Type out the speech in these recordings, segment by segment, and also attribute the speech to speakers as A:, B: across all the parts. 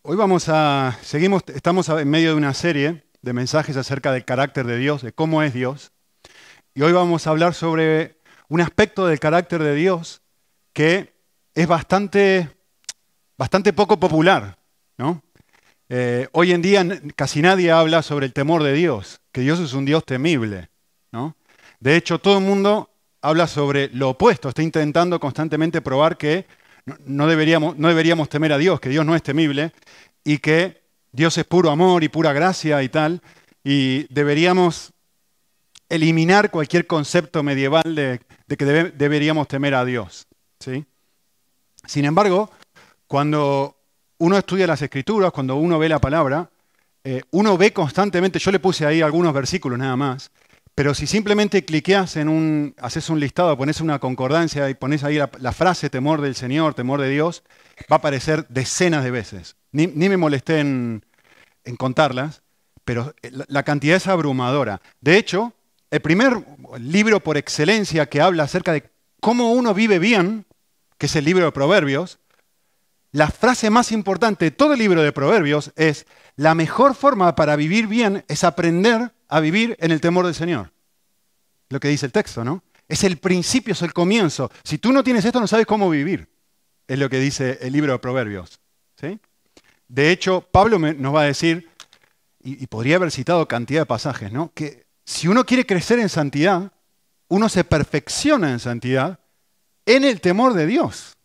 A: Estamos en medio de una serie de mensajes acerca del carácter de Dios, de cómo es Dios. Y hoy vamos a hablar sobre un aspecto del carácter de Dios que es bastante poco popular, ¿no? Hoy en día casi nadie habla sobre el temor de Dios, que Dios es un Dios temible, ¿no? De hecho, todo el mundo habla sobre lo opuesto, está intentando constantemente probar que no deberíamos temer a Dios, que Dios no es temible y que Dios es puro amor y pura gracia y tal, y deberíamos eliminar cualquier concepto medieval de que deberíamos temer a Dios, ¿sí? Sin embargo, cuando uno estudia las Escrituras, cuando uno ve la palabra, uno ve constantemente, yo le puse ahí algunos versículos nada más, pero si simplemente cliqueas haces un listado, pones una concordancia y pones ahí la frase temor del Señor, temor de Dios, va a aparecer decenas de veces. Ni me molesté en contarlas, pero la cantidad es abrumadora. De hecho, el primer libro por excelencia que habla acerca de cómo uno vive bien, que es el libro de Proverbios, la frase más importante de todo el libro de Proverbios es: la mejor forma para vivir bien es aprender a vivir en el temor del Señor. Lo que dice el texto, ¿no? Es el principio, es el comienzo. Si tú no tienes esto, no sabes cómo vivir. Es lo que dice el libro de Proverbios, ¿sí? De hecho, Pablo nos va a decir, y podría haber citado cantidad de pasajes, ¿no? Que si uno quiere crecer en santidad, uno se perfecciona en santidad en el temor de Dios.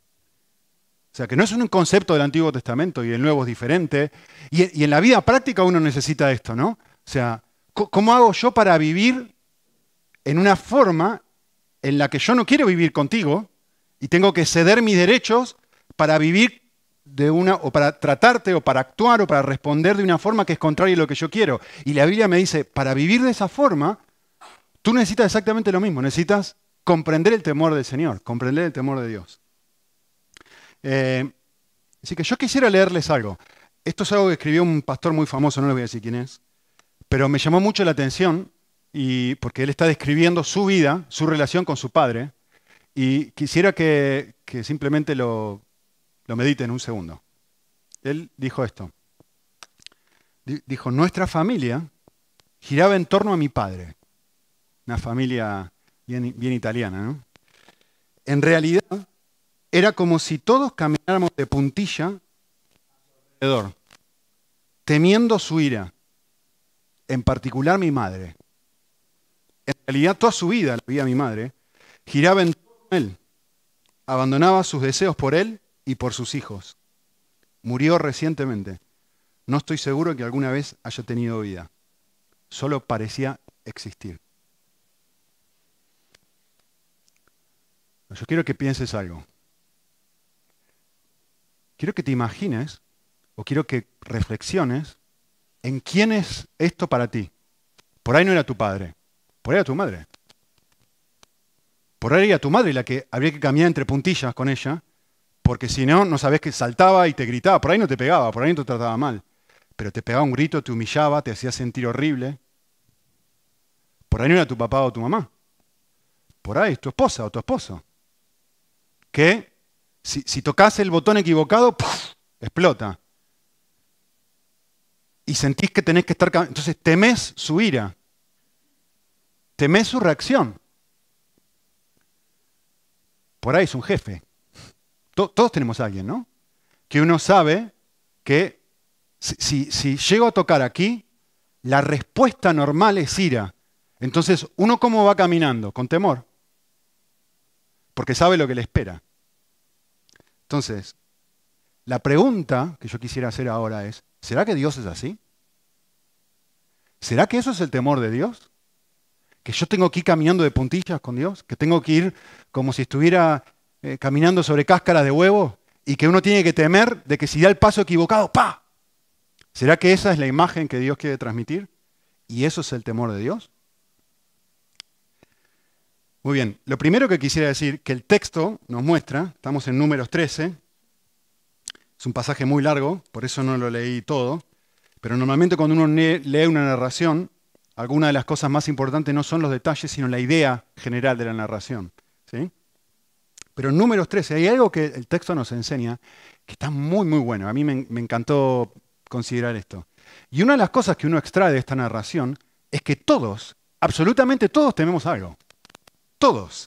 A: O sea, que no es un concepto del Antiguo Testamento y el Nuevo es diferente. Y en la vida práctica uno necesita esto, ¿no? O sea, ¿cómo hago yo para vivir en una forma en la que yo no quiero vivir contigo y tengo que ceder mis derechos para vivir o para tratarte, o para actuar, o para responder de una forma que es contraria a lo que yo quiero? Y la Biblia me dice, para vivir de esa forma, tú necesitas exactamente lo mismo. Necesitas comprender el temor del Señor, comprender el temor de Dios. Así que yo quisiera leerles algo. Esto es algo que escribió un pastor muy famoso, no les voy a decir quién es, pero me llamó mucho la atención porque él está describiendo su vida, su relación con su padre, y quisiera que simplemente lo mediten un segundo. Él dijo esto. Dijo, nuestra familia giraba en torno a mi padre. Una familia bien italiana, ¿no? En realidad, era como si todos camináramos de puntilla alrededor, temiendo su ira, en particular mi madre. En realidad toda su vida, la vida de mi madre, giraba en torno a él, abandonaba sus deseos por él y por sus hijos. Murió recientemente. No estoy seguro que alguna vez haya tenido vida. Solo parecía existir. Yo quiero que pienses algo. Quiero que te imagines, o quiero que reflexiones en quién es esto para ti. Por ahí no era tu padre, por ahí era tu madre. Por ahí era tu madre la que habría que caminar entre puntillas con ella, porque si no, no sabés que saltaba y te gritaba. Por ahí no te pegaba, por ahí no te trataba mal, pero te pegaba un grito, te humillaba, te hacía sentir horrible. Por ahí no era tu papá o tu mamá. Por ahí es tu esposa o tu esposo. Que si tocas el botón equivocado, ¡puf!, explota. Y sentís que tenés que estar... Entonces temés su ira. Temés su reacción. Por ahí es un jefe. Todos tenemos a alguien, ¿no? Que uno sabe que si llego a tocar aquí, la respuesta normal es ira. Entonces, ¿uno cómo va caminando? Con temor. Porque sabe lo que le espera. Entonces, la pregunta que yo quisiera hacer ahora es, ¿será que Dios es así? ¿Será que eso es el temor de Dios? ¿Que yo tengo que ir caminando de puntillas con Dios? ¿Que tengo que ir como si estuviera caminando sobre cáscaras de huevo? ¿Y que uno tiene que temer de que si da el paso equivocado, ¡pa! ¿Será que esa es la imagen que Dios quiere transmitir? ¿Y eso es el temor de Dios? Muy bien, lo primero que quisiera decir, que el texto nos muestra, estamos en Números 13, es un pasaje muy largo, por eso no lo leí todo, pero normalmente cuando uno lee una narración, algunas de las cosas más importantes no son los detalles, sino la idea general de la narración, ¿sí? Pero en Números 13 hay algo que el texto nos enseña, que está muy, muy bueno. A mí me encantó considerar esto. Y una de las cosas que uno extrae de esta narración es que todos, absolutamente todos tememos algo. Todos.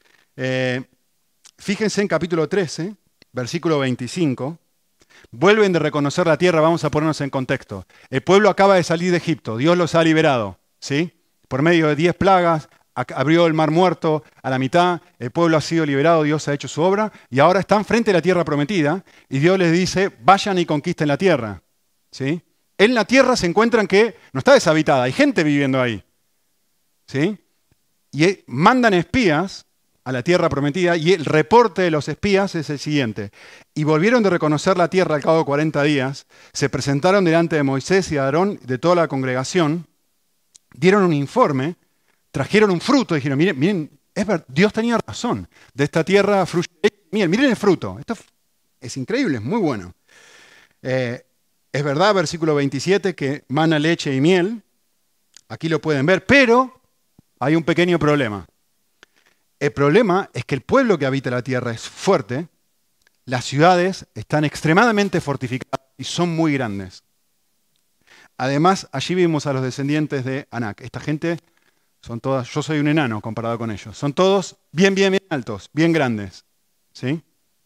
A: Fíjense en capítulo 13, versículo 25. Vuelven de reconocer la tierra, vamos a ponernos en contexto. El pueblo acaba de salir de Egipto, Dios los ha liberado, ¿sí? Por medio de 10 plagas, abrió el mar muerto a la mitad, el pueblo ha sido liberado, Dios ha hecho su obra, y ahora están frente a la tierra prometida, y Dios les dice, vayan y conquisten la tierra, ¿sí? En la tierra se encuentran que no está deshabitada, hay gente viviendo ahí, ¿sí? Y mandan espías a la tierra prometida, y el reporte de los espías es el siguiente. Y volvieron de reconocer la tierra al cabo de 40 días, se presentaron delante de Moisés y Aarón, de toda la congregación, dieron un informe, trajeron un fruto, dijeron, miren, miren, Dios tenía razón, de esta tierra fluye miel, miren el fruto, esto es increíble, es muy bueno. Es verdad, versículo 27, que mana leche y miel, aquí lo pueden ver, pero hay un pequeño problema. El problema es que el pueblo que habita la tierra es fuerte, las ciudades están extremadamente fortificadas y son muy grandes. Además, allí vimos a los descendientes de Anak. Esta gente son todas, yo soy un enano comparado con ellos, son todos bien, bien, bien altos, bien grandes, ¿sí?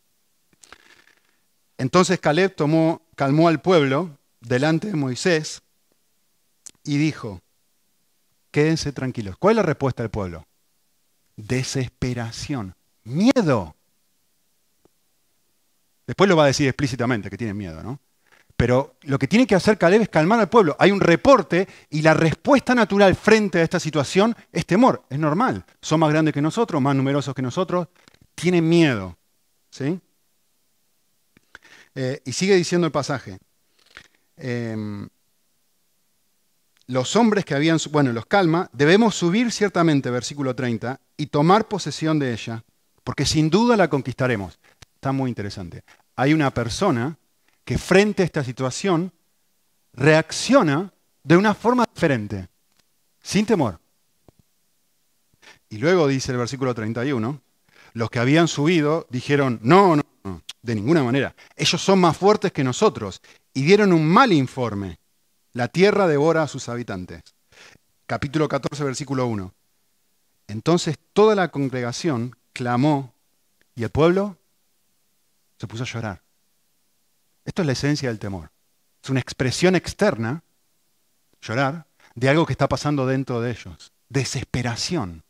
A: Entonces Caleb calmó al pueblo delante de Moisés y dijo, quédense tranquilos. ¿Cuál es la respuesta del pueblo? Desesperación, miedo. Después lo va a decir explícitamente que tienen miedo, ¿no? Pero lo que tiene que hacer Caleb es calmar al pueblo. Hay un reporte y la respuesta natural frente a esta situación es temor. Es normal. Son más grandes que nosotros, más numerosos que nosotros. Tienen miedo, ¿sí? Y sigue diciendo el pasaje. Los hombres que habían, bueno, los calma, debemos subir ciertamente, versículo 30, y tomar posesión de ella, porque sin duda la conquistaremos. Está muy interesante. Hay una persona que frente a esta situación reacciona de una forma diferente, sin temor. Y luego dice el versículo 31, los que habían subido dijeron, no, no, no, de ninguna manera. Ellos son más fuertes que nosotros y dieron un mal informe. La tierra devora a sus habitantes. Capítulo 14, versículo 1. Entonces toda la congregación clamó y el pueblo se puso a llorar. Esto es la esencia del temor. Es una expresión externa, llorar, de algo que está pasando dentro de ellos. Desesperación.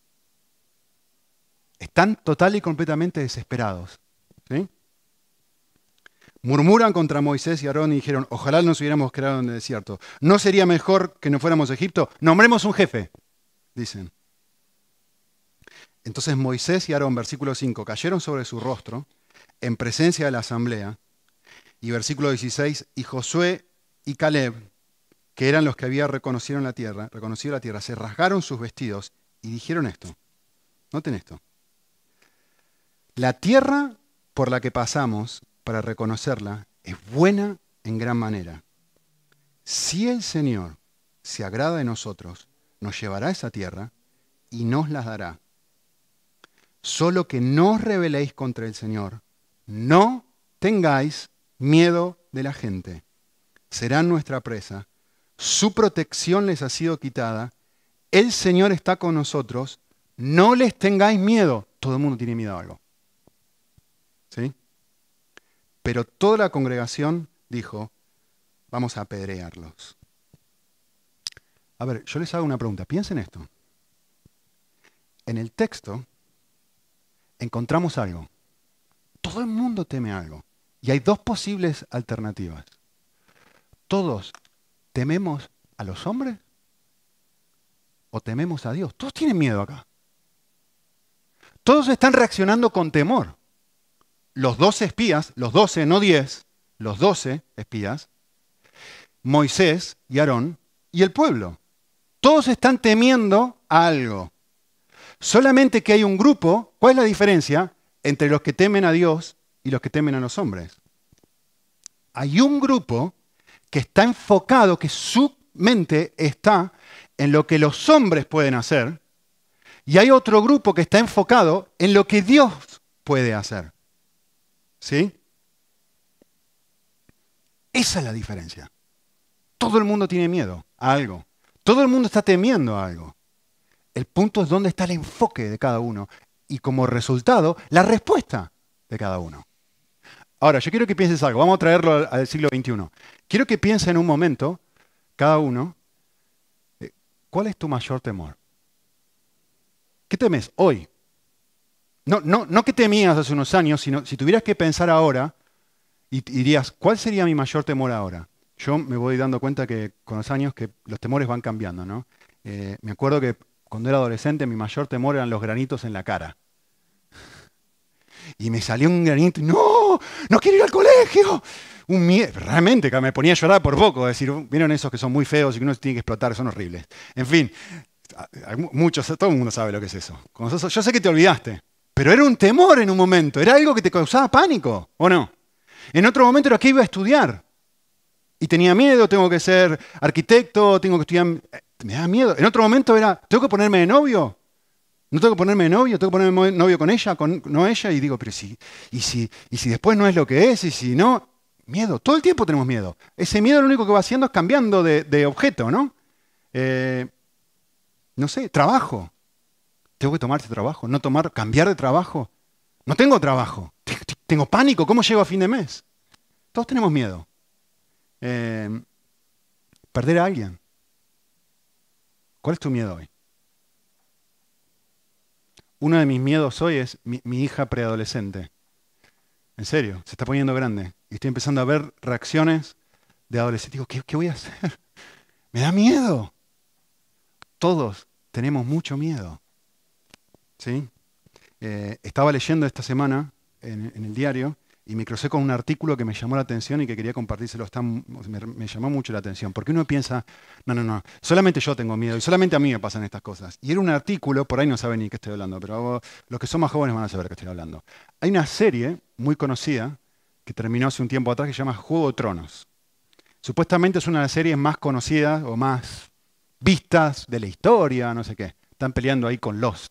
A: Están total y completamente desesperados, ¿sí? Murmuran contra Moisés y Aarón y dijeron, ojalá nos hubiéramos quedado en el desierto. ¿No sería mejor que no fuéramos a Egipto? Nombremos un jefe, dicen. Entonces Moisés y Aarón, versículo 5, cayeron sobre su rostro en presencia de la asamblea. Y versículo 16, y Josué y Caleb, que eran los que habían reconocido la tierra, se rasgaron sus vestidos y dijeron esto. Noten esto. La tierra por la que pasamos para reconocerla es buena en gran manera. Si el Señor se agrada de nosotros, nos llevará a esa tierra y nos la dará. Solo que no os rebeléis contra el Señor, no tengáis miedo de la gente. Serán nuestra presa. Su protección les ha sido quitada. El Señor está con nosotros. No les tengáis miedo. Todo el mundo tiene miedo a algo, ¿sí? Pero toda la congregación dijo, vamos a apedrearlos. A ver, yo les hago una pregunta. Piensen esto. En el texto encontramos algo. Todo el mundo teme algo. Y hay dos posibles alternativas. ¿Todos tememos a los hombres o tememos a Dios? Todos tienen miedo acá. Todos están reaccionando con temor. Los 12 espías, los 12, no 10, los 12 espías, Moisés y Aarón y el pueblo. Todos están temiendo a algo. Solamente que hay un grupo, ¿cuál es la diferencia entre los que temen a Dios y los que temen a los hombres? Hay un grupo que está enfocado, que su mente está en lo que los hombres pueden hacer, y hay otro grupo que está enfocado en lo que Dios puede hacer. ¿Sí? Esa es la diferencia. Todo el mundo tiene miedo a algo. Todo el mundo está temiendo a algo. El punto es dónde está el enfoque de cada uno y como resultado, la respuesta de cada uno. Ahora, yo quiero que pienses algo. Vamos a traerlo al siglo XXI. Quiero que piensen un momento, cada uno, ¿cuál es tu mayor temor? ¿Qué temes hoy? No que temías hace unos años, sino si tuvieras que pensar ahora y dirías, ¿cuál sería mi mayor temor ahora? Yo me voy dando cuenta que con los años que los temores van cambiando, ¿no? Me acuerdo que cuando era adolescente mi mayor temor eran los granitos en la cara. Y me salió un granito, ¡no! ¡No quiero ir al colegio! Un miedo, realmente que me ponía a llorar por poco. Es decir, vieron esos que son muy feos y que uno tiene que explotar, son horribles. En fin, todo el mundo sabe lo que es eso. Yo sé que te olvidaste, pero era un temor en un momento, era algo que te causaba pánico, ¿o no? En otro momento era que iba a estudiar. Y tenía miedo, tengo que ser arquitecto, tengo que estudiar, me da miedo. En otro momento era, ¿tengo que ponerme de novio? ¿No tengo que ponerme de novio? ¿Tengo que ponerme de novio con ella? ¿No ella? Y digo, pero si después no es lo que es, y si no, miedo. Todo el tiempo tenemos miedo. Ese miedo lo único que va haciendo es cambiando de objeto, ¿no? No sé, trabajo. ¿Tengo que tomar este trabajo? ¿No tomar, cambiar de trabajo? No tengo trabajo. Tengo pánico. ¿Cómo llego a fin de mes? Todos tenemos miedo. Perder a alguien. ¿Cuál es tu miedo hoy? Uno de mis miedos hoy es mi hija preadolescente. En serio, se está poniendo grande. Y estoy empezando a ver reacciones de adolescentes. Digo, ¿qué voy a hacer? Me da miedo. Todos tenemos mucho miedo. ¿Sí? Estaba leyendo esta semana en el diario y me crucé con un artículo que me llamó la atención y que quería compartírselo. Me llamó mucho la atención. Porque uno piensa, no, solamente yo tengo miedo y solamente a mí me pasan estas cosas. Y era un artículo, por ahí no saben ni de qué estoy hablando, pero los que son más jóvenes van a saber de qué estoy hablando. Hay una serie muy conocida que terminó hace un tiempo atrás que se llama Juego de Tronos. Supuestamente es una de las series más conocidas o más vistas de la historia, no sé qué. Están peleando ahí con Lost.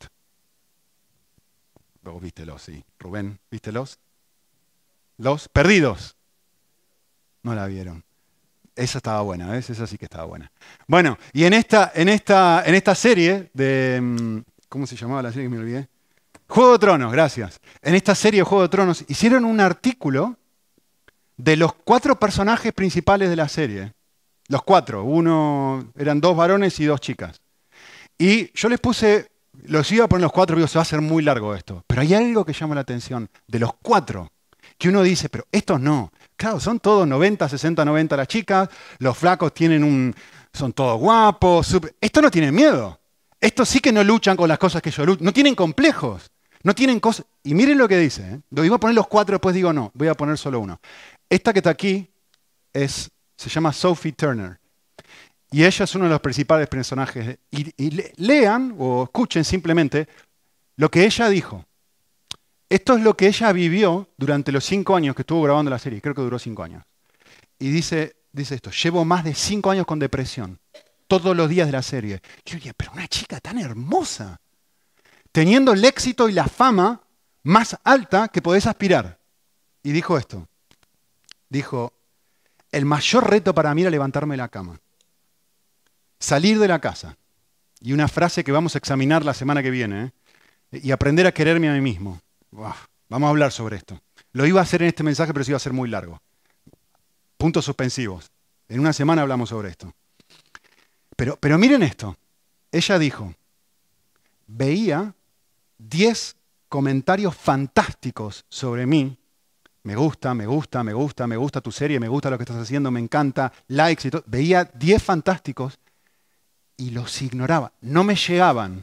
A: Vos viste Lost, sí. Rubén, ¿viste Lost? Los Perdidos. No la vieron. Esa estaba buena, ¿ves? Esa sí que estaba buena. Bueno, y en esta serie de... ¿Cómo se llamaba la serie que me olvidé? Juego de Tronos, gracias. En esta serie de Juego de Tronos hicieron un artículo de los 4 personajes principales de la serie. Los 4. Eran 2 varones y 2 chicas. Y yo les puse... Los iba a poner los 4, pero se va a hacer muy largo esto. Pero hay algo que llama la atención. De los 4... que uno dice, pero estos no. Claro, son todos 90, 60, 90 las chicas, los flacos son todos guapos. Estos no tienen miedo. Estos sí que no luchan con las cosas que yo lucho. No tienen complejos. No tienen cosas. Y miren lo que dice. Lo iba a poner los 4, después digo no, voy a poner solo uno. Esta que está aquí se llama Sophie Turner. Y ella es uno de los principales personajes. Y lean o escuchen simplemente lo que ella dijo. Esto es lo que ella vivió durante los 5 años que estuvo grabando la serie. Creo que duró 5 años. Y dice esto, llevo más de 5 años con depresión. Todos los días de la serie. Y yo diría, pero una chica tan hermosa. Teniendo el éxito y la fama más alta que podés aspirar. Y dijo esto. Dijo, el mayor reto para mí era levantarme de la cama. Salir de la casa. Y una frase que vamos a examinar la semana que viene. Y aprender a quererme a mí mismo. Vamos a hablar sobre esto. Lo iba a hacer en este mensaje, pero se iba a ser muy largo. Puntos suspensivos. En una semana hablamos sobre esto. Pero miren esto. Ella dijo, veía 10 comentarios fantásticos sobre mí. Me gusta tu serie, me gusta lo que estás haciendo, me encanta, likes y todo. Veía 10 fantásticos y los ignoraba. No me llegaban.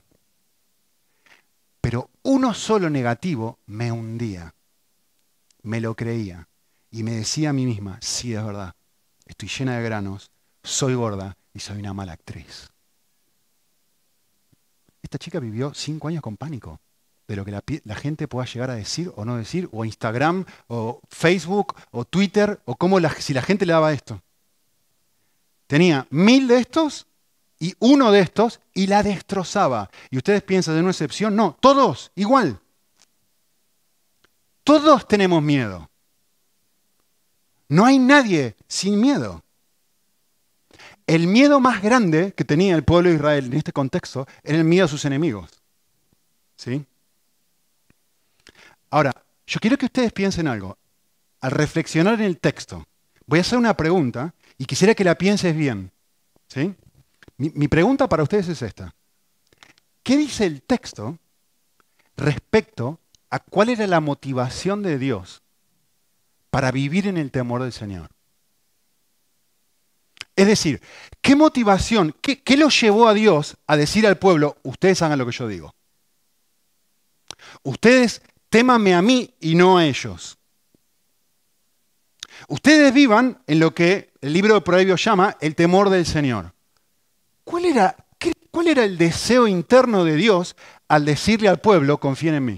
A: Pero uno solo negativo me hundía. Me lo creía. Y me decía a mí misma, sí, es verdad, estoy llena de granos, soy gorda y soy una mala actriz. Esta chica vivió 5 años con pánico de lo que la gente pueda llegar a decir o no decir, o Instagram, o Facebook, o Twitter, o si la gente le daba esto. Tenía 1000 de estos y uno de estos y la destrozaba. Y ustedes piensan de una excepción, no, todos igual. Todos tenemos miedo. No hay nadie sin miedo. El miedo más grande que tenía el pueblo de Israel en este contexto era el miedo a sus enemigos. ¿Sí? Ahora, yo quiero que ustedes piensen algo. Al reflexionar en el texto, voy a hacer una pregunta y quisiera que la pienses bien. ¿Sí? Mi pregunta para ustedes es esta. ¿Qué dice el texto respecto a cuál era la motivación de Dios para vivir en el temor del Señor? Es decir, ¿qué motivación, qué lo llevó a Dios a decir al pueblo, ustedes hagan lo que yo digo? Ustedes témanme a mí y no a ellos. Ustedes vivan en lo que el libro de Proverbios llama el temor del Señor. ¿Cuál era el deseo interno de Dios al decirle al pueblo, confíen en mí?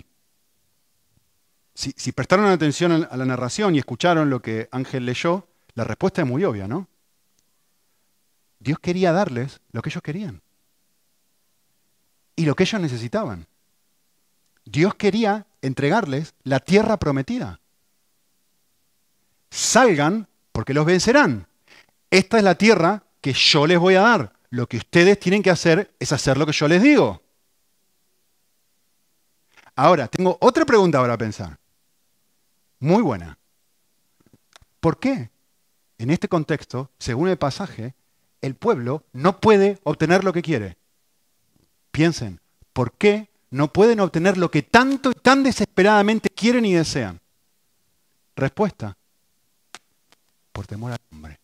A: Si prestaron atención a la narración y escucharon lo que Ángel leyó, la respuesta es muy obvia, ¿no? Dios quería darles lo que ellos querían y lo que ellos necesitaban. Dios quería entregarles la tierra prometida. Salgan porque los vencerán. Esta es la tierra que yo les voy a dar. Lo que ustedes tienen que hacer es hacer lo que yo les digo. Ahora, tengo otra pregunta para pensar. Muy buena. ¿Por qué, en este contexto, según el pasaje, el pueblo no puede obtener lo que quiere? Piensen, ¿por qué no pueden obtener lo que tanto y tan desesperadamente quieren y desean? Respuesta, por temor al hombre.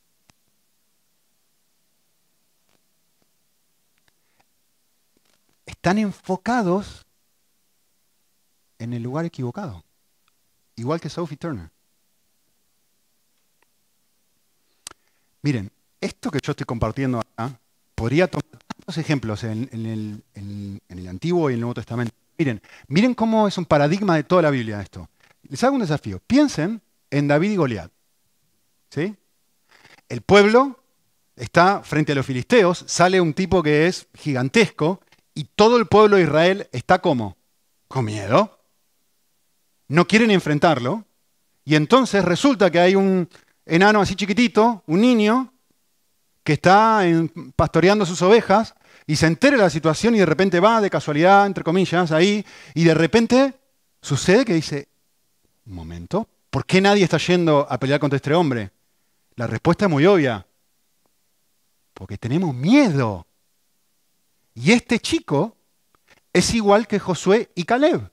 A: Están enfocados en el lugar equivocado, igual que Sophie Turner. Miren, esto que yo estoy compartiendo acá, podría tomar tantos ejemplos en el Antiguo y el Nuevo Testamento. Miren cómo es un paradigma de toda la Biblia esto. Les hago un desafío. Piensen en David y Goliat. ¿Sí? El pueblo está frente a los filisteos, sale un tipo que es gigantesco y todo el pueblo de Israel está ¿cómo? Con miedo. No quieren enfrentarlo y entonces resulta que hay un enano así chiquitito, un niño, que está pastoreando sus ovejas y se entera de la situación y de repente va de casualidad, entre comillas, ahí, y de repente sucede que dice, un momento, ¿por qué nadie está yendo a pelear contra este hombre? La respuesta es muy obvia, porque tenemos miedo. Y este chico es igual que Josué y Caleb.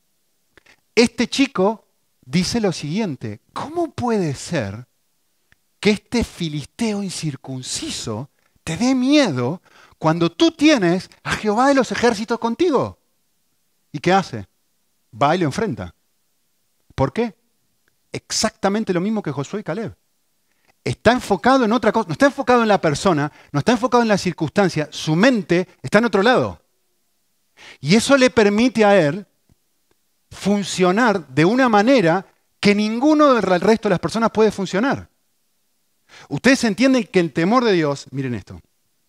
A: Este chico dice lo siguiente, ¿cómo puede ser que este filisteo incircunciso te dé miedo cuando tú tienes a Jehová de los ejércitos contigo? ¿Y qué hace? Va y lo enfrenta. ¿Por qué? Exactamente lo mismo que Josué y Caleb. Está enfocado en otra cosa, no está enfocado en la persona, no está enfocado en la circunstancia, su mente está en otro lado. Y eso le permite a él funcionar de una manera que ninguno del resto de las personas puede funcionar. Ustedes entienden que el temor de Dios, miren esto.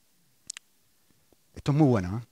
A: Esto es muy bueno.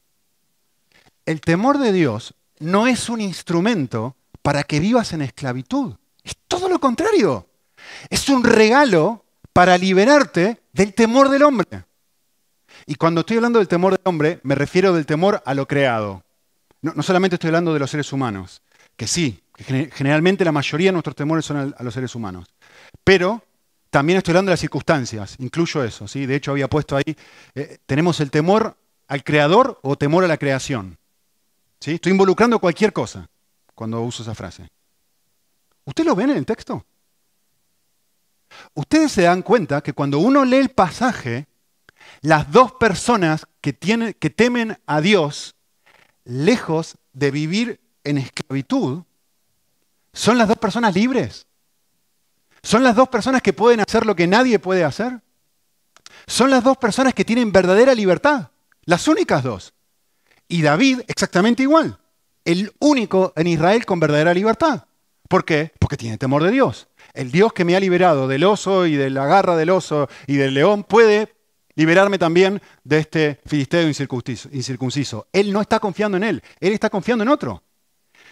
A: El temor de Dios no es un instrumento para que vivas en esclavitud. Es todo lo contrario. Es un regalo para liberarte del temor del hombre. Y cuando estoy hablando del temor del hombre, me refiero del temor a lo creado. No solamente estoy hablando de los seres humanos, que sí, que generalmente la mayoría de nuestros temores son a los seres humanos. Pero también estoy hablando de las circunstancias, incluyo eso. ¿Sí? De hecho, había puesto ahí, tenemos el temor al creador o temor a la creación. ¿Sí? Estoy involucrando cualquier cosa cuando uso esa frase. ¿Ustedes lo ven en el texto? Ustedes se dan cuenta que cuando uno lee el pasaje, las dos personas que temen a Dios, lejos de vivir en esclavitud, son las dos personas libres. Son las dos personas que pueden hacer lo que nadie puede hacer. Son las dos personas que tienen verdadera libertad. Las únicas dos. Y David exactamente igual. El único en Israel con verdadera libertad. ¿Por qué? Porque tiene temor de Dios. El Dios que me ha liberado del oso y de la garra del oso y del león puede liberarme también de este filisteo incircunciso. Él no está confiando en él. Él está confiando en otro.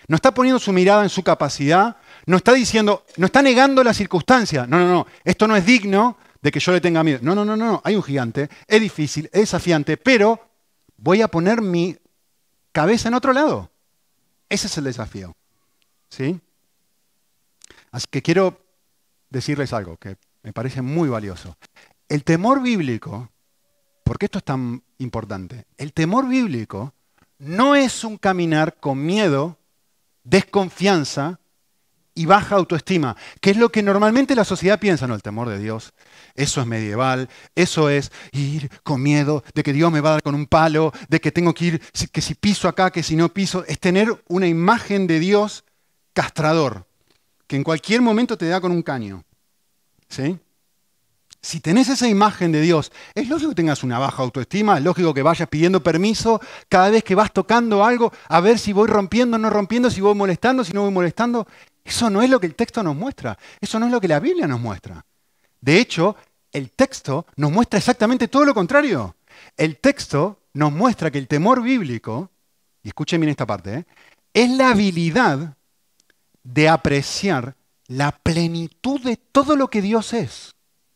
A: No está poniendo su mirada en su capacidad, no está diciendo, no está negando la circunstancia. No, no, no, esto no es digno de que yo le tenga miedo. No, no, no, no, hay un gigante, es difícil, es desafiante, pero voy a poner mi cabeza en otro lado. Ese es el desafío. ¿Sí? Así que quiero decirles algo que me parece muy valioso. El temor bíblico, ¿por qué esto es tan importante? El temor bíblico no es un caminar con miedo, desconfianza y baja autoestima, que es lo que normalmente la sociedad piensa. No, el temor de Dios, eso es medieval, eso es ir con miedo de que Dios me va a dar con un palo, de que tengo que ir, que si piso acá, que si no piso, es tener una imagen de Dios castrador, que en cualquier momento te da con un caño. ¿Sí? Si tenés esa imagen de Dios, es lógico que tengas una baja autoestima, es lógico que vayas pidiendo permiso cada vez que vas tocando algo, a ver si voy rompiendo, no rompiendo, si voy molestando, si no voy molestando. Eso no es lo que el texto nos muestra, eso no es lo que la Biblia nos muestra. De hecho, el texto nos muestra exactamente todo lo contrario. El texto nos muestra que el temor bíblico, y escuchen bien esta parte, es la habilidad de apreciar la plenitud de todo lo que Dios es.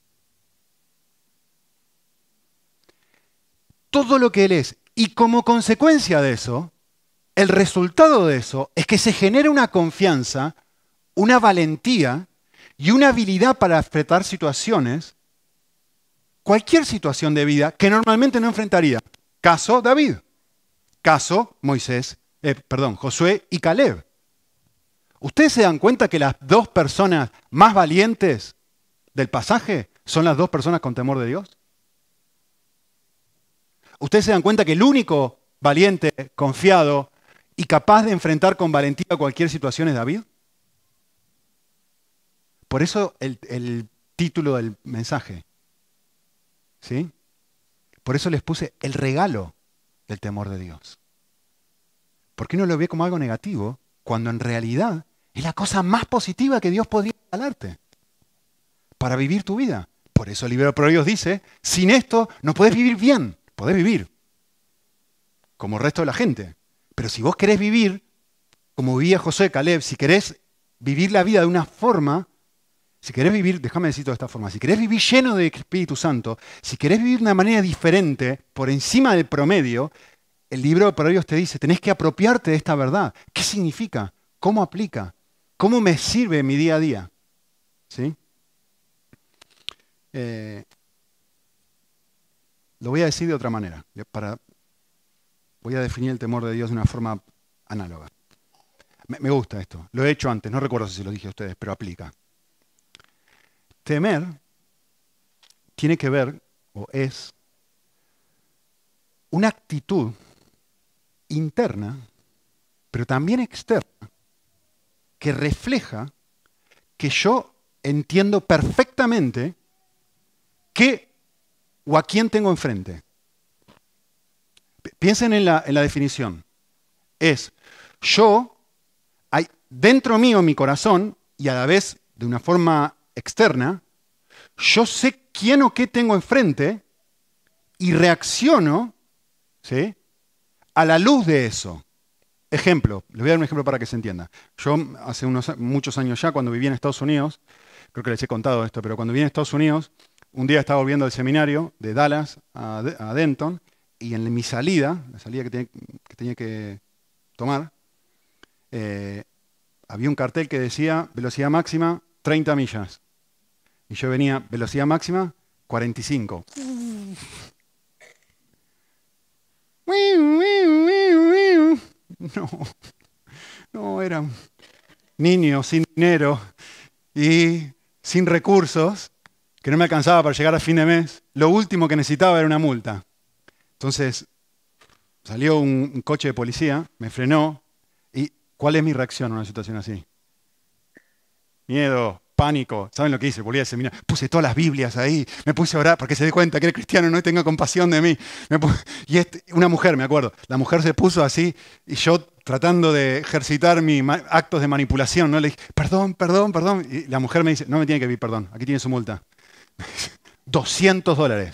A: Todo lo que Él es. Y como consecuencia de eso, el resultado de eso es que se genera una confianza, una valentía y una habilidad para enfrentar situaciones, cualquier situación de vida que normalmente no enfrentaría. Caso David, caso Josué y Caleb. ¿Ustedes se dan cuenta que las dos personas más valientes del pasaje son las dos personas con temor de Dios? ¿Ustedes se dan cuenta que el único valiente, confiado y capaz de enfrentar con valentía cualquier situación es David? Por eso el título del mensaje. ¿Sí? Por eso les puse el regalo del temor de Dios. ¿Por qué uno lo ve como algo negativo cuando en realidad es la cosa más positiva que Dios podría regalarte para vivir tu vida? Por eso el libro de Proverbios dice, sin esto no podés vivir bien. Podés vivir como el resto de la gente. Pero si vos querés vivir como vivía Josué Caleb, si querés vivir la vida de una forma, si querés vivir, déjame decirlo de esta forma, si querés vivir lleno de Espíritu Santo, si querés vivir de una manera diferente, por encima del promedio, el libro de Proverbios te dice, tenés que apropiarte de esta verdad. ¿Qué significa? ¿Cómo aplica? ¿Cómo me sirve en mi día a día? ¿Sí? Lo voy a decir de otra manera. Voy a definir el temor de Dios de una forma análoga. Me gusta esto. Lo he hecho antes, no recuerdo si se lo dije a ustedes, pero aplica. Temer tiene que ver, o es, una actitud interna, pero también externa, que refleja que yo entiendo perfectamente qué o a quién tengo enfrente. Piensen en la definición. Es, hay dentro mío, en mi corazón, y a la vez de una forma externa, yo sé quién o qué tengo enfrente y reacciono, ¿sí?, a la luz de eso. Ejemplo, les voy a dar un ejemplo para que se entienda. Yo hace muchos años ya, cuando vivía en Estados Unidos, creo que les he contado esto, pero cuando vivía en Estados Unidos, un día estaba volviendo del seminario de Dallas a Denton, y en mi salida, la salida que tenía que tomar, había un cartel que decía velocidad máxima 30 millas. Y yo venía velocidad máxima 45. No, era un niño sin dinero y sin recursos, que no me alcanzaba para llegar a fin de mes. Lo último que necesitaba era una multa. Entonces, salió un coche de policía, me frenó. ¿Y cuál es mi reacción a una situación así? Miedo, pánico. ¿Saben lo que hice? Volví al seminario. Puse todas las Biblias ahí. Me puse a orar porque se dé cuenta que era cristiano y no tenga compasión de mí. Una mujer, me acuerdo. La mujer se puso así y yo tratando de ejercitar mis actos de manipulación, ¿no? Le dije, perdón, perdón, perdón. Y la mujer me dice, no me tiene que pedir perdón. Aquí tiene su multa. $200.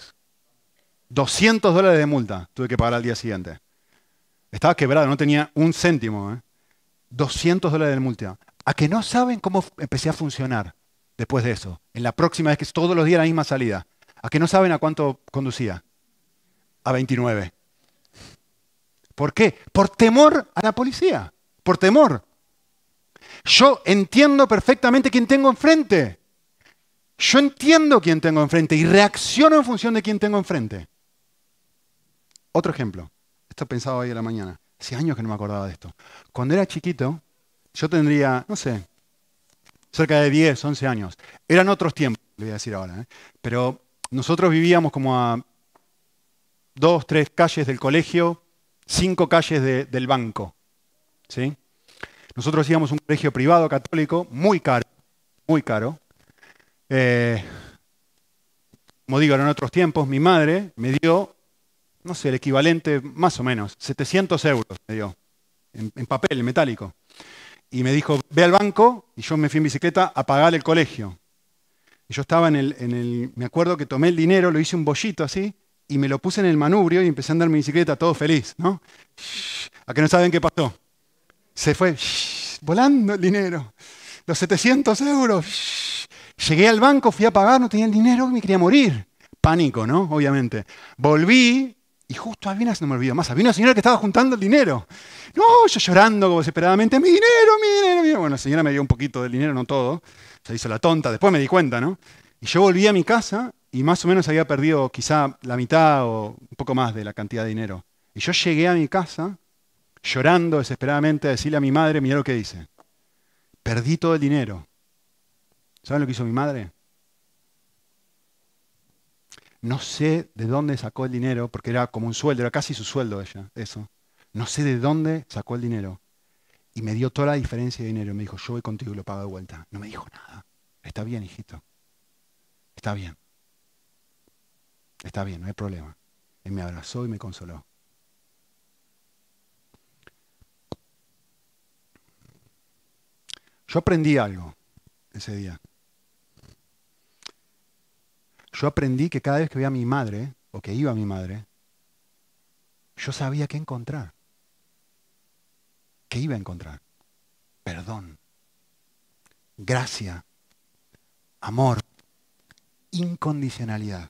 A: $200 de multa tuve que pagar al día siguiente. Estaba quebrado, no tenía un céntimo. $200 de multa. ¿A que no saben cómo empecé a funcionar después de eso? En la próxima vez que es todos los días la misma salida. ¿A que no saben a cuánto conducía? A 29. ¿Por qué? Por temor a la policía. Por temor. Yo entiendo perfectamente quién tengo enfrente. Yo entiendo quién tengo enfrente y reacciono en función de quién tengo enfrente. Otro ejemplo. Esto pensaba hoy a la mañana. Hace años que no me acordaba de esto. Cuando era chiquito, yo tendría, no sé, cerca de 10, 11 años. Eran otros tiempos, le voy a decir ahora. Pero nosotros vivíamos como a 2, 3 calles del colegio, 5 calles del banco. ¿Sí? Nosotros íbamos a un colegio privado católico, muy caro, muy caro. Como digo, eran otros tiempos. Mi madre me dio, no sé, el equivalente, más o menos, 700 euros me dio, en papel, en metálico. Y me dijo, ve al banco, y yo me fui en bicicleta a pagar el colegio. Y yo estaba me acuerdo que tomé el dinero, lo hice un bollito así, y me lo puse en el manubrio y empecé a andar en mi bicicleta todo feliz, ¿no? ¿A que no saben qué pasó? Se fue volando el dinero. Los 700 euros. Llegué al banco, fui a pagar, no tenía el dinero, me quería morir. Pánico, ¿no? Obviamente. Volví y justo había no me olvido más, había una señora que estaba juntando el dinero. No, yo llorando como desesperadamente, mi dinero, mi dinero, mi dinero. Bueno, la señora me dio un poquito del dinero, no todo. Se hizo la tonta, después me di cuenta, ¿no? Y yo volví a mi casa y más o menos había perdido quizá la mitad o un poco más de la cantidad de dinero. Y yo llegué a mi casa llorando desesperadamente a decirle a mi madre, mirá lo que hice. Perdí todo el dinero. ¿Saben lo que hizo mi madre? No sé de dónde sacó el dinero, porque era como un sueldo, era casi su sueldo ella, eso. No sé de dónde sacó el dinero. Y me dio toda la diferencia de dinero. Me dijo, yo voy contigo y lo pago de vuelta. No me dijo nada. Está bien, hijito. Está bien. Está bien, no hay problema. Él me abrazó y me consoló. Yo aprendí algo ese día. Yo aprendí que cada vez que veía a mi madre, o que iba a mi madre, yo sabía qué encontrar. ¿Qué iba a encontrar? Perdón, gracia, amor, incondicionalidad.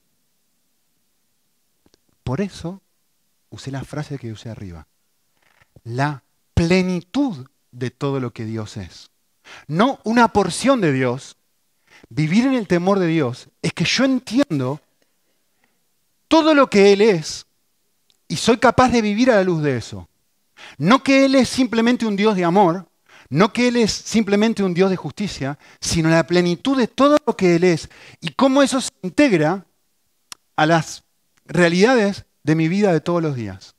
A: Por eso usé la frase que usé arriba. La plenitud de todo lo que Dios es. No una porción de Dios. Vivir en el temor de Dios es que yo entiendo todo lo que Él es y soy capaz de vivir a la luz de eso. No que Él es simplemente un Dios de amor, no que Él es simplemente un Dios de justicia, sino la plenitud de todo lo que Él es y cómo eso se integra a las realidades de mi vida de todos los días.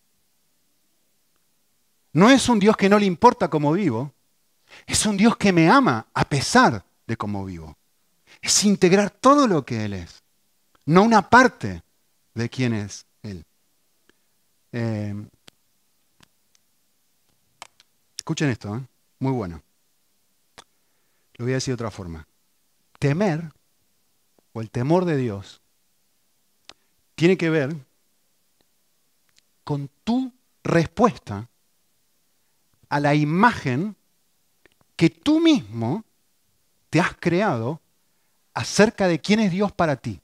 A: No es un Dios que no le importa cómo vivo, es un Dios que me ama a pesar de cómo vivo. Es integrar todo lo que Él es, no una parte de quién es Él. Escuchen esto, muy bueno. Lo voy a decir de otra forma. Temer, o el temor de Dios, tiene que ver con tu respuesta a la imagen que tú mismo te has creado acerca de quién es Dios para ti.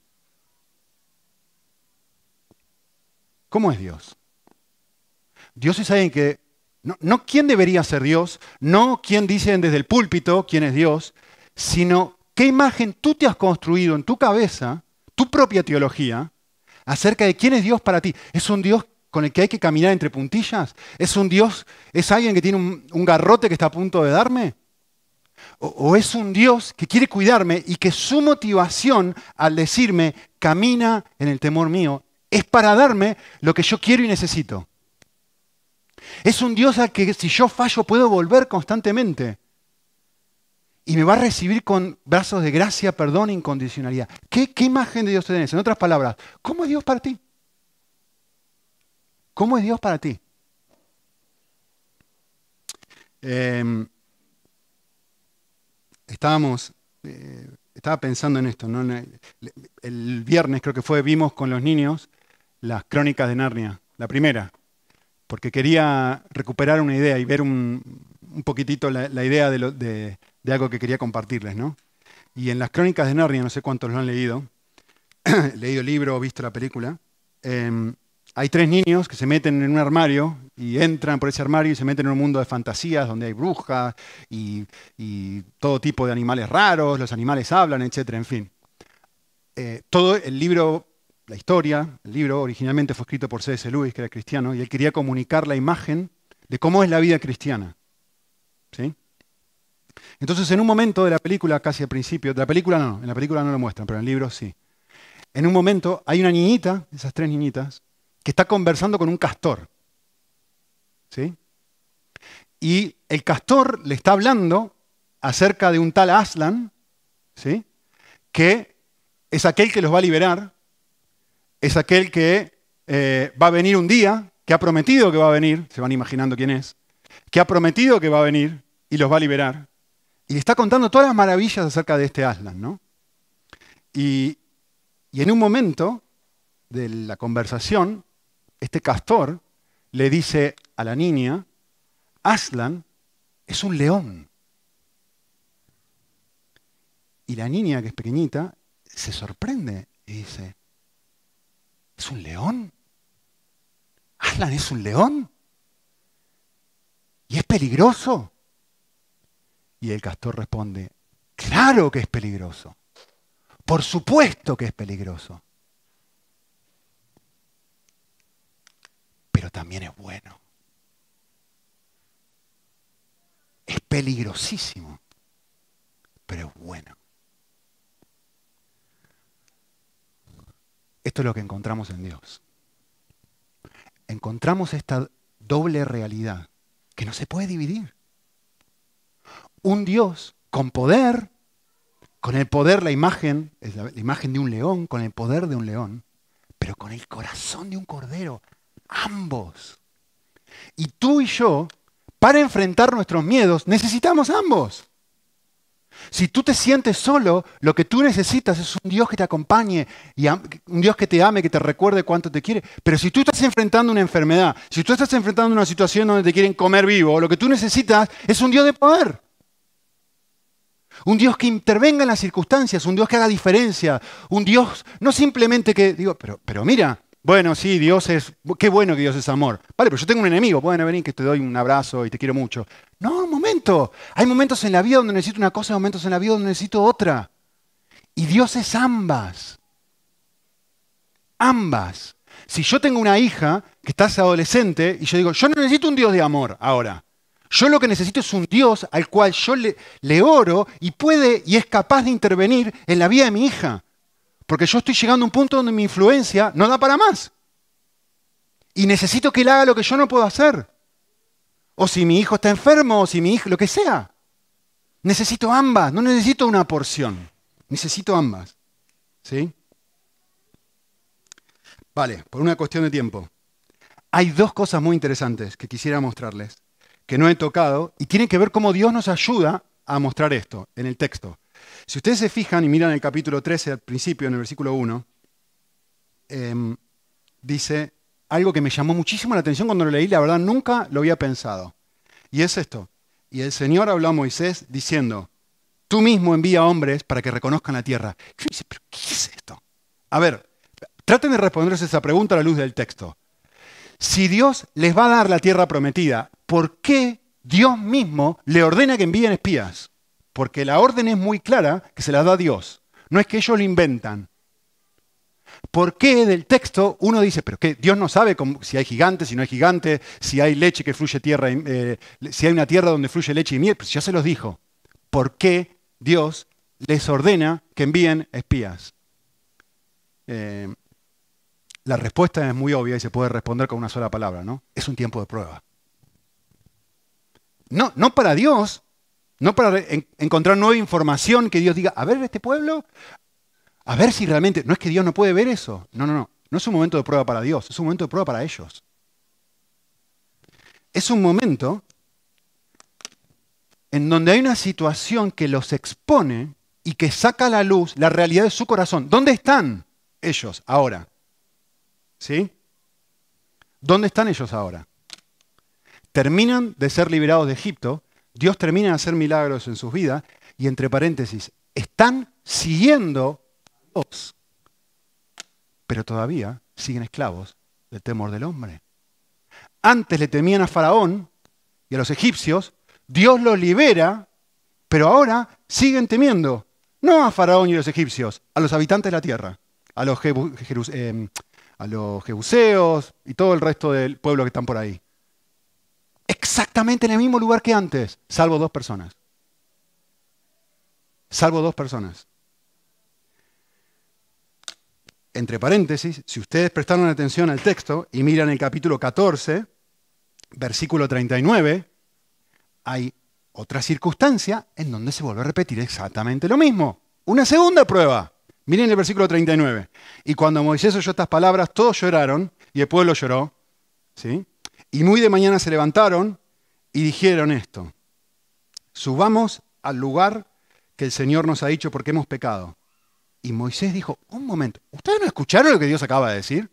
A: ¿Cómo es Dios? Dios es alguien que, no quién debería ser Dios, no quién dicen desde el púlpito quién es Dios, sino qué imagen tú te has construido en tu cabeza, tu propia teología, acerca de quién es Dios para ti. ¿Es un Dios con el que hay que caminar entre puntillas? ¿Es un Dios, es alguien que tiene un garrote que está a punto de darme? ¿O es un Dios que quiere cuidarme y que su motivación al decirme, camina en el temor mío, es para darme lo que yo quiero y necesito? Es un Dios al que si yo fallo puedo volver constantemente y me va a recibir con brazos de gracia, perdón e incondicionalidad. ¿Qué imagen de Dios tenés? En otras palabras, ¿cómo es Dios para ti? ¿Cómo es Dios para ti? Estaba pensando en esto, ¿no? El viernes creo que fue, vimos con los niños las Crónicas de Narnia, la primera, porque quería recuperar una idea y ver un poquitito la idea de algo que quería compartirles, ¿no? Y en las Crónicas de Narnia, no sé cuántos lo han leído, leído el libro o visto la película, hay 3 niños que se meten en un armario y entran por ese armario y se meten en un mundo de fantasías donde hay brujas y todo tipo de animales raros, los animales hablan, etcétera, en fin. Todo el libro, la historia, el libro originalmente fue escrito por C.S. Lewis, que era cristiano, y él quería comunicar la imagen de cómo es la vida cristiana. ¿Sí? Entonces, en un momento de la película, casi al principio, de la película no, en la película no lo muestran, pero en el libro sí. En un momento hay una niñita, esas 3 niñitas, que está conversando con un castor. ¿Sí? Y el castor le está hablando acerca de un tal Aslan, ¿sí? Que es aquel que los va a liberar, es aquel que va a venir un día, que ha prometido que va a venir, se van imaginando quién es, que ha prometido que va a venir y los va a liberar. Y le está contando todas las maravillas acerca de este Aslan, ¿no? Y en un momento de la conversación, este castor le dice a la niña, Aslan es un león. Y la niña, que es pequeñita, se sorprende y dice, ¿es un león? ¿Aslan es un león? ¿Y es peligroso? Y el castor responde, claro que es peligroso. Por supuesto que es peligroso. Pero también es bueno. Es peligrosísimo, pero es bueno. Esto es lo que encontramos en Dios. Encontramos esta doble realidad que no se puede dividir. Un Dios con poder, con el poder, la imagen, es la imagen de un león, con el poder de un león, pero con el corazón de un cordero. Ambos. Y tú y yo, para enfrentar nuestros miedos, necesitamos ambos. Si tú te sientes solo, lo que tú necesitas es un Dios que te acompañe, y un Dios que te ame, que te recuerde cuánto te quiere. Pero si tú estás enfrentando una enfermedad, si tú estás enfrentando una situación donde te quieren comer vivo, lo que tú necesitas es un Dios de poder. Un Dios que intervenga en las circunstancias, un Dios que haga diferencia, un Dios no simplemente que, digo, pero mira, bueno, sí, Dios es, qué bueno que Dios es amor. Vale, pero yo tengo un enemigo, pueden venir que te doy un abrazo y te quiero mucho. No, un momento. Hay momentos en la vida donde necesito una cosa, momentos en la vida donde necesito otra. Y Dios es ambas. Ambas. Si yo tengo una hija que está adolescente y yo digo, yo no necesito un Dios de amor ahora. Yo lo que necesito es un Dios al cual yo le oro y puede y es capaz de intervenir en la vida de mi hija. Porque yo estoy llegando a un punto donde mi influencia no da para más. Y necesito que él haga lo que yo no puedo hacer. O si mi hijo está enfermo, o si mi hijo, lo que sea. Necesito ambas, no necesito una porción. Necesito ambas. ¿Sí? Vale, por una cuestión de tiempo. Hay 2 cosas muy interesantes que quisiera mostrarles, que no he tocado, y tienen que ver cómo Dios nos ayuda a mostrar esto en el texto. Si ustedes se fijan y miran el capítulo 13 al principio, en el versículo 1, dice algo que me llamó muchísimo la atención cuando lo leí, la verdad nunca lo había pensado. Y es esto. Y el Señor habló a Moisés diciendo, tú mismo envía hombres para que reconozcan la tierra. Y yo dice, ¿pero qué es esto? A ver, traten de responderse esa pregunta a la luz del texto. Si Dios les va a dar la tierra prometida, ¿por qué Dios mismo le ordena que envíen espías? Porque la orden es muy clara que se la da Dios. No es que ellos lo inventan. ¿Por qué del texto uno dice, pero qué, Dios no sabe si hay gigantes, si no hay gigantes, si hay leche que fluye tierra, si hay una tierra donde fluye leche y miel? Pues ya se los dijo. ¿Por qué Dios les ordena que envíen espías? La respuesta es muy obvia y se puede responder con una sola palabra, ¿no? Es un tiempo de prueba. No para Dios, no para encontrar nueva información que Dios diga, a ver este pueblo, a ver si realmente, no es que Dios no puede ver eso. No. No es un momento de prueba para Dios, es un momento de prueba para ellos. Es un momento en donde hay una situación que los expone y que saca a la luz la realidad de su corazón. ¿Dónde están ellos ahora? ¿Sí? ¿Dónde están ellos ahora? Terminan de ser liberados de Egipto, Dios termina de hacer milagros en sus vidas y entre paréntesis, están siguiendo a Dios, pero todavía siguen esclavos del temor del hombre. Antes le temían a Faraón y a los egipcios, Dios los libera, pero ahora siguen temiendo, no a Faraón y a los egipcios, a los habitantes de la tierra, a los jebuseos y todo el resto del pueblo que están por ahí. Exactamente en el mismo lugar que antes, salvo 2 personas. Salvo 2 personas. Entre paréntesis, si ustedes prestaron atención al texto y miran el capítulo 14, versículo 39, hay otra circunstancia en donde se vuelve a repetir exactamente lo mismo. Una segunda prueba. Miren el versículo 39. Y cuando Moisés oyó estas palabras, todos lloraron y el pueblo lloró. ¿Sí? Y muy de mañana se levantaron y dijeron esto: subamos al lugar que el Señor nos ha dicho porque hemos pecado. Y Moisés dijo, un momento, ¿ustedes no escucharon lo que Dios acaba de decir?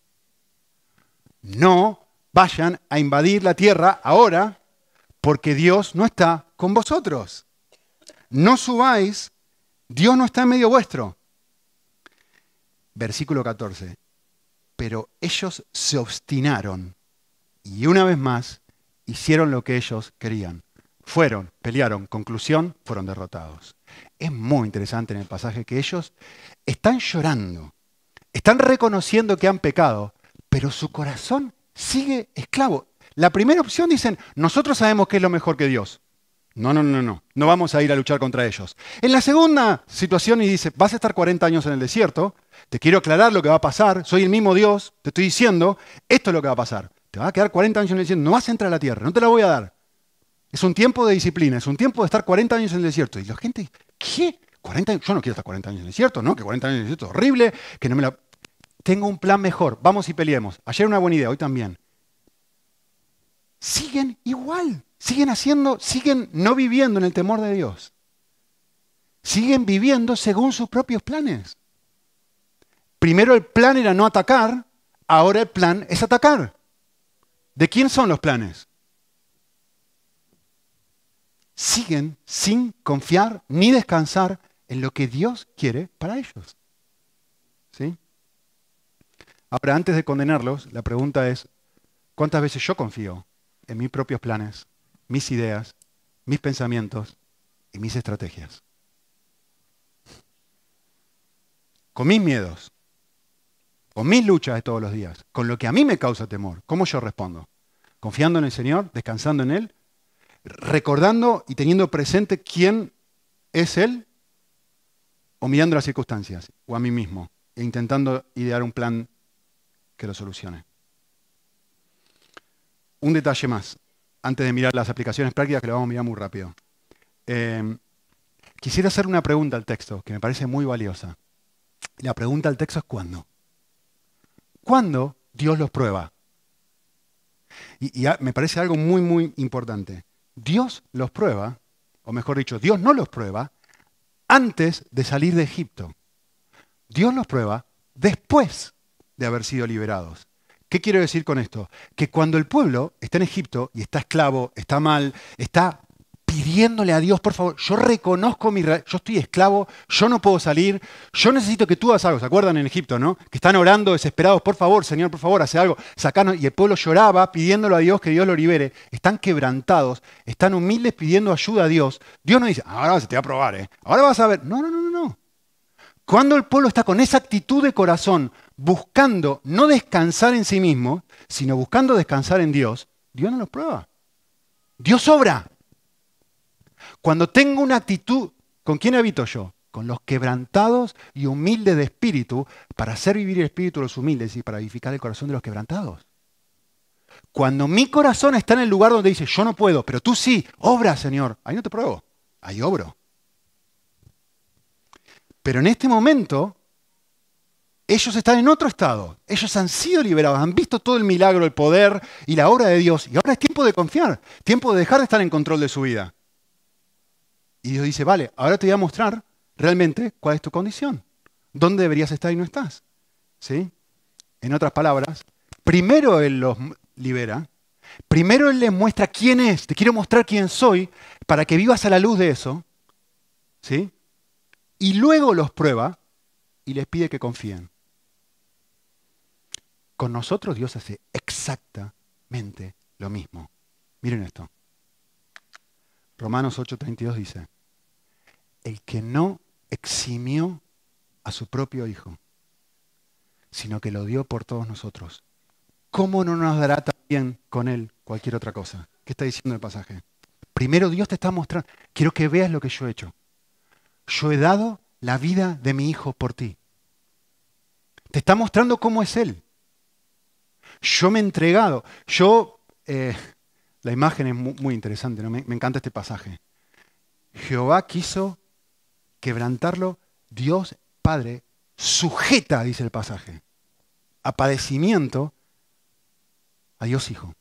A: No vayan a invadir la tierra ahora porque Dios no está con vosotros. No subáis, Dios no está en medio vuestro. Versículo 14. Pero ellos se obstinaron y una vez más hicieron lo que ellos querían. Fueron, pelearon, conclusión, fueron derrotados. Es muy interesante en el pasaje que ellos están llorando, están reconociendo que han pecado, pero su corazón sigue esclavo. La primera opción dicen, nosotros sabemos que es lo mejor que Dios. No vamos a ir a luchar contra ellos. En la segunda situación y dice, vas a estar 40 años en el desierto, te quiero aclarar lo que va a pasar, soy el mismo Dios, te estoy diciendo, esto es lo que va a pasar. Te vas a quedar 40 años en el desierto, no vas a entrar a la tierra, no te la voy a dar. Es un tiempo de disciplina, es un tiempo de estar 40 años en el desierto. Y la gente dice, ¿qué? 40 años? Yo no quiero estar 40 años en el desierto, ¿no? Que 40 años en el desierto es horrible, que no me la... Tengo un plan mejor, vamos y peleemos. Ayer una buena idea, hoy también. Siguen igual, siguen no viviendo en el temor de Dios. Siguen viviendo según sus propios planes. Primero el plan era no atacar, ahora el plan es atacar. ¿De quién son los planes? Siguen sin confiar ni descansar en lo que Dios quiere para ellos. ¿Sí? Ahora, antes de condenarlos, la pregunta es, ¿cuántas veces yo confío en mis propios planes, mis ideas, mis pensamientos y mis estrategias? Con mis miedos, con mis luchas de todos los días, con lo que a mí me causa temor, ¿cómo yo respondo? ¿Confiando en el Señor, descansando en Él, recordando y teniendo presente quién es Él, o mirando las circunstancias, o a mí mismo, e intentando idear un plan que lo solucione? Un detalle más, antes de mirar las aplicaciones prácticas, que lo vamos a mirar muy rápido. Quisiera hacer una pregunta al texto, que me parece muy valiosa. La pregunta al texto es ¿cuándo? ¿Cuándo Dios los prueba? Y me parece algo muy, muy importante. Dios los prueba, o mejor dicho, Dios no los prueba antes de salir de Egipto. Dios los prueba después de haber sido liberados. ¿Qué quiero decir con esto? Que cuando el pueblo está en Egipto y está esclavo, está mal, está pidiéndole a Dios, por favor, yo reconozco yo estoy esclavo, yo no puedo salir, yo necesito que tú hagas algo. ¿Se acuerdan en Egipto, no? Que están orando desesperados, por favor, Señor, por favor, hace algo, sacanos. Y el pueblo lloraba pidiéndolo a Dios que Dios lo libere. Están quebrantados, están humildes pidiendo ayuda a Dios. Dios no dice, ahora se te va a probar, ¿eh? Ahora vas a ver. No. Cuando el pueblo está con esa actitud de corazón, buscando no descansar en sí mismo, sino buscando descansar en Dios, Dios no los prueba. Dios obra. Cuando tengo una actitud, ¿con quién habito yo? Con los quebrantados y humildes de espíritu, para hacer vivir el espíritu de los humildes y para vivificar el corazón de los quebrantados. Cuando mi corazón está en el lugar donde dice, yo no puedo, pero tú sí, obra, Señor. Ahí no te pruebo, ahí obro. Pero en este momento, ellos están en otro estado. Ellos han sido liberados, han visto todo el milagro, el poder y la obra de Dios. Y ahora es tiempo de confiar, tiempo de dejar de estar en control de su vida. Y Dios dice, vale, ahora te voy a mostrar realmente cuál es tu condición. ¿Dónde deberías estar y no estás? ¿Sí? En otras palabras, primero Él los libera Primero Él les muestra quién es, te quiero mostrar quién soy, para que vivas a la luz de eso, ¿sí? Y luego los prueba y les pide que confíen. Con nosotros Dios hace exactamente lo mismo. Miren esto. Romanos 8:32 dice, el que no eximió a su propio Hijo, sino que lo dio por todos nosotros, ¿cómo no nos dará también con Él cualquier otra cosa? ¿Qué está diciendo el pasaje? Primero Dios te está mostrando, quiero que veas lo que yo he hecho. Yo he dado la vida de mi Hijo por ti. Te está mostrando cómo es Él. Yo me he entregado. La imagen es muy interesante, ¿no? Me encanta este pasaje. Jehová quiso quebrantarlo, Dios Padre sujeta, dice el pasaje, a padecimiento a Dios Hijo.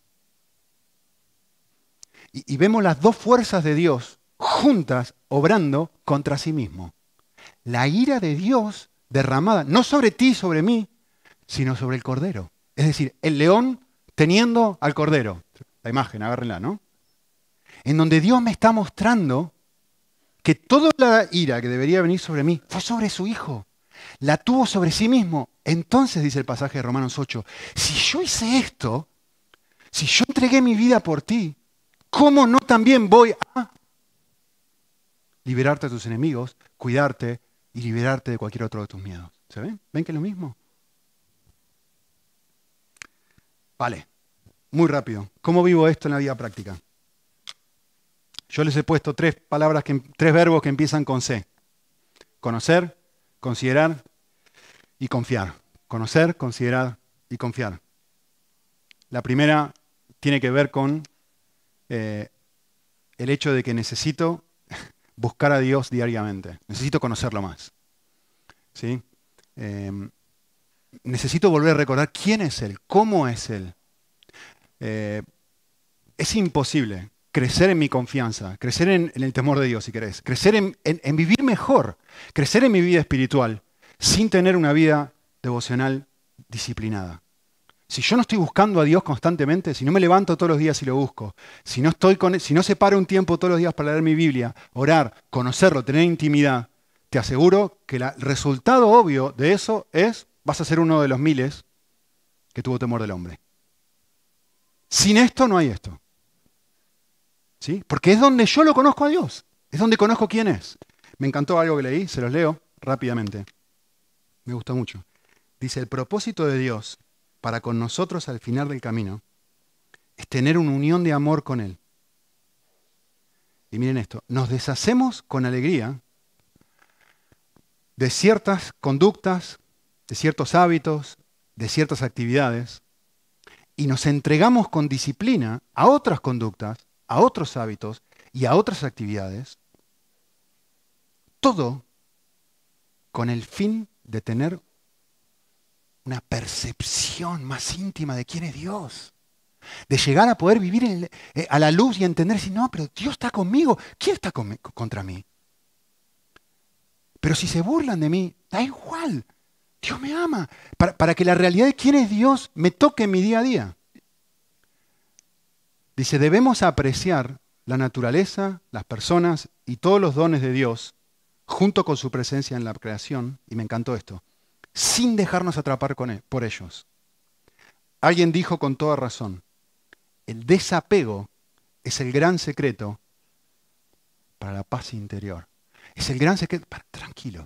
A: Y vemos las dos fuerzas de Dios juntas obrando contra sí mismo. La ira de Dios derramada, no sobre ti y sobre mí, sino sobre el Cordero. Es decir, el león teniendo al Cordero. La imagen, agárrenla, ¿no? En donde Dios me está mostrando que toda la ira que debería venir sobre mí fue sobre su Hijo. La tuvo sobre sí mismo. Entonces, dice el pasaje de Romanos 8, si yo hice esto, si yo entregué mi vida por ti, ¿cómo no también voy a liberarte de tus enemigos, cuidarte y liberarte de cualquier otro de tus miedos? ¿Se ven? ¿Ven que es lo mismo? Vale, muy rápido. ¿Cómo vivo esto en la vida práctica? Yo les he puesto tres verbos que empiezan con C. Conocer, considerar y confiar. Conocer, considerar y confiar. La primera tiene que ver con el hecho de que necesito buscar a Dios diariamente. Necesito conocerlo más. ¿Sí? Necesito volver a recordar quién es Él, cómo es Él. Es imposible crecer en mi confianza, crecer en el temor de Dios, si querés, crecer en vivir mejor, crecer en mi vida espiritual, sin tener una vida devocional disciplinada. Si yo no estoy buscando a Dios constantemente, si no me levanto todos los días y lo busco, si no separo un tiempo todos los días para leer mi Biblia, orar, conocerlo, tener intimidad, te aseguro que el resultado obvio de eso vas a ser uno de los miles que tuvo temor del hombre. Sin esto no hay esto. ¿Sí? Porque es donde yo lo conozco a Dios. Es donde conozco quién es. Me encantó algo que leí, se los leo rápidamente. Me gusta mucho. Dice, el propósito de Dios para con nosotros al final del camino es tener una unión de amor con Él. Y miren esto, nos deshacemos con alegría de ciertas conductas, de ciertos hábitos, de ciertas actividades, y nos entregamos con disciplina a otras conductas, a otros hábitos y a otras actividades, todo con el fin de tener una percepción más íntima de quién es Dios, de llegar a poder vivir a la luz y entender si no, pero Dios está conmigo, ¿quién está contra mí? Pero si se burlan de mí, da igual, Dios me ama, para que la realidad de quién es Dios me toque en mi día a día. Dice, debemos apreciar la naturaleza, las personas y todos los dones de Dios junto con su presencia en la creación, y me encantó esto, sin dejarnos atrapar por ellos. Alguien dijo con toda razón, el desapego es el gran secreto para la paz interior. Es el gran secreto, tranquilo.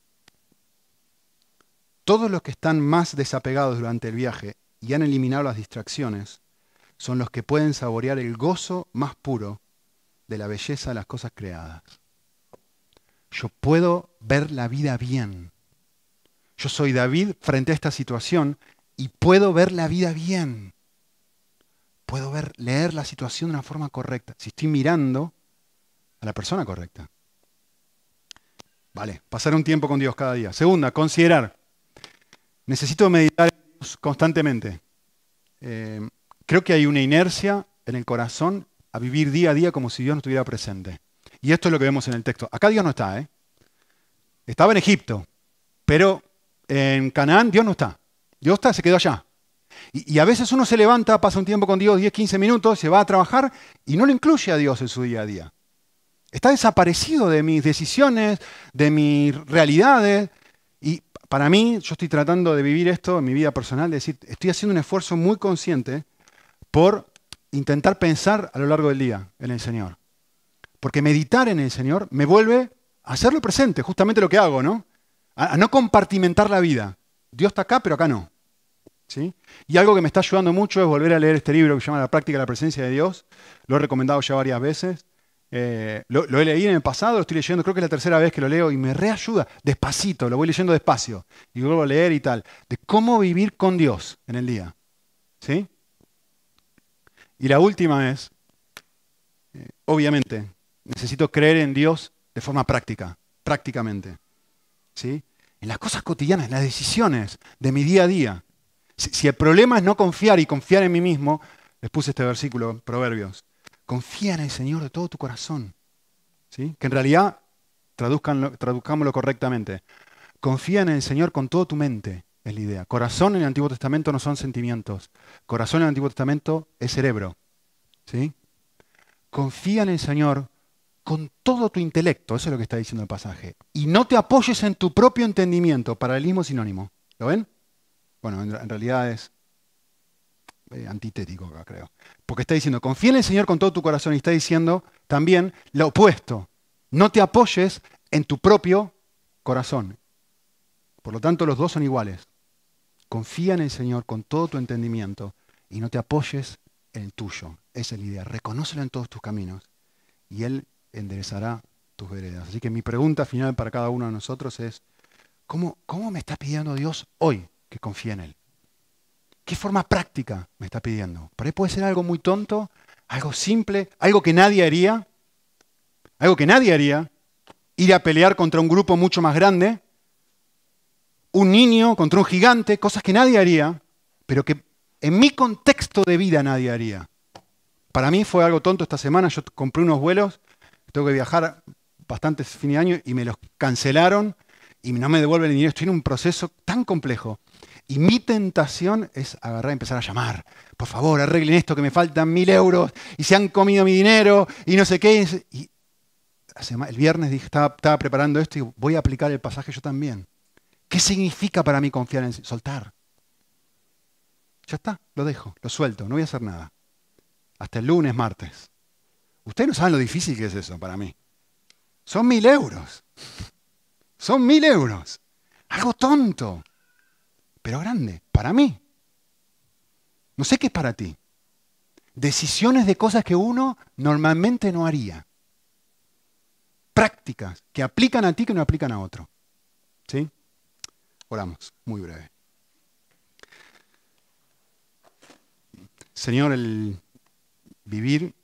A: Todos los que están más desapegados durante el viaje y han eliminado las distracciones son los que pueden saborear el gozo más puro de la belleza de las cosas creadas. Yo puedo ver la vida bien. Yo soy David frente a esta situación y puedo ver la vida bien. Puedo leer la situación de una forma correcta. Si estoy mirando a la persona correcta. Vale, pasar un tiempo con Dios cada día. Segunda, considerar. Necesito meditar en Dios constantemente. Creo que hay una inercia en el corazón a vivir día a día como si Dios no estuviera presente. Y esto es lo que vemos en el texto. Acá Dios no está, ¿eh? Estaba en Egipto, pero en Canaán Dios no está. Dios se quedó allá. Y a veces uno se levanta, pasa un tiempo con Dios, 10, 15 minutos, se va a trabajar y no lo incluye a Dios en su día a día. Está desaparecido de mis decisiones, de mis realidades. Y para mí, yo estoy tratando de vivir esto en mi vida personal, de decir, estoy haciendo un esfuerzo muy consciente por intentar pensar a lo largo del día en el Señor. Porque meditar en el Señor me vuelve a hacerlo presente, justamente lo que hago, ¿no? A no compartimentar la vida. Dios está acá, pero acá no. ¿Sí? Y algo que me está ayudando mucho es volver a leer este libro que se llama La práctica de la presencia de Dios. Lo he recomendado ya varias veces. Lo he leído en el pasado, lo estoy leyendo, creo que es la tercera vez que lo leo y me reayuda. Despacito, lo voy leyendo despacio. Y vuelvo a leer y tal. De cómo vivir con Dios en el día. ¿Sí? Y la última es, obviamente, necesito creer en Dios de forma práctica, prácticamente. ¿Sí? En las cosas cotidianas, en las decisiones de mi día a día. Si el problema es no confiar y confiar en mí mismo, les puse este versículo, Proverbios. Confía en el Señor de todo tu corazón. ¿Sí? Que en realidad, traduzcámoslo correctamente. Confía en el Señor con toda tu mente, es la idea. Corazón en el Antiguo Testamento no son sentimientos. Corazón en el Antiguo Testamento es cerebro. ¿Sí? Confía en el Señor con todo tu intelecto, eso es lo que está diciendo el pasaje. Y no te apoyes en tu propio entendimiento, paralelismo sinónimo. ¿Lo ven? Bueno, en realidad es antitético acá, creo. Porque está diciendo, confía en el Señor con todo tu corazón y está diciendo también lo opuesto. No te apoyes en tu propio corazón. Por lo tanto, los dos son iguales. Confía en el Señor con todo tu entendimiento y no te apoyes en el tuyo. Esa es la idea. Reconócelo en todos tus caminos y Él enderezará tus veredas. Así que mi pregunta final para cada uno de nosotros es, ¿cómo me está pidiendo Dios hoy que confíe en Él? ¿Qué forma práctica me está pidiendo? Por ahí puede ser algo muy tonto, algo simple, algo que nadie haría. Algo que nadie haría. Ir a pelear contra un grupo mucho más grande. Un niño contra un gigante, cosas que nadie haría, pero que en mi contexto de vida nadie haría. Para mí fue algo tonto esta semana. Yo compré unos vuelos, tengo que viajar bastantes fines de año y me los cancelaron y no me devuelven el dinero. Estoy en un proceso tan complejo. Y mi tentación es agarrar y empezar a llamar. Por favor, arreglen esto que me faltan 1.000 euros y se han comido mi dinero y no sé qué. Y el viernes dije, estaba preparando esto y voy a aplicar el pasaje yo también. ¿Qué significa para mí confiar en soltar? Ya está, lo dejo, lo suelto, no voy a hacer nada. Hasta el lunes, martes. Ustedes no saben lo difícil que es eso para mí. Son 1.000 euros. Son 1.000 euros. Algo tonto, pero grande, para mí. No sé qué es para ti. Decisiones de cosas que uno normalmente no haría. Prácticas que aplican a ti que no aplican a otro. ¿Sí? Oramos, muy breve. Señor, el vivir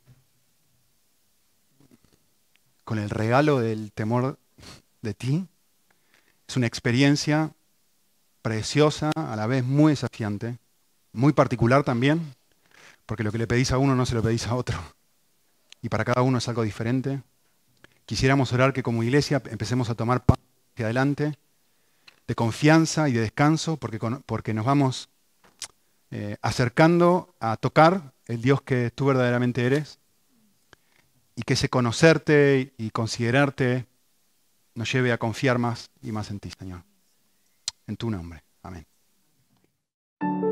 A: con el regalo del temor de ti es una experiencia preciosa, a la vez muy desafiante, muy particular también, porque lo que le pedís a uno no se lo pedís a otro. Y para cada uno es algo diferente. Quisiéramos orar que como iglesia empecemos a tomar pasos hacia adelante de confianza y de descanso, porque nos vamos acercando a tocar el Dios que tú verdaderamente eres, y que ese conocerte y considerarte nos lleve a confiar más y más en ti, Señor. En tu nombre. Amén.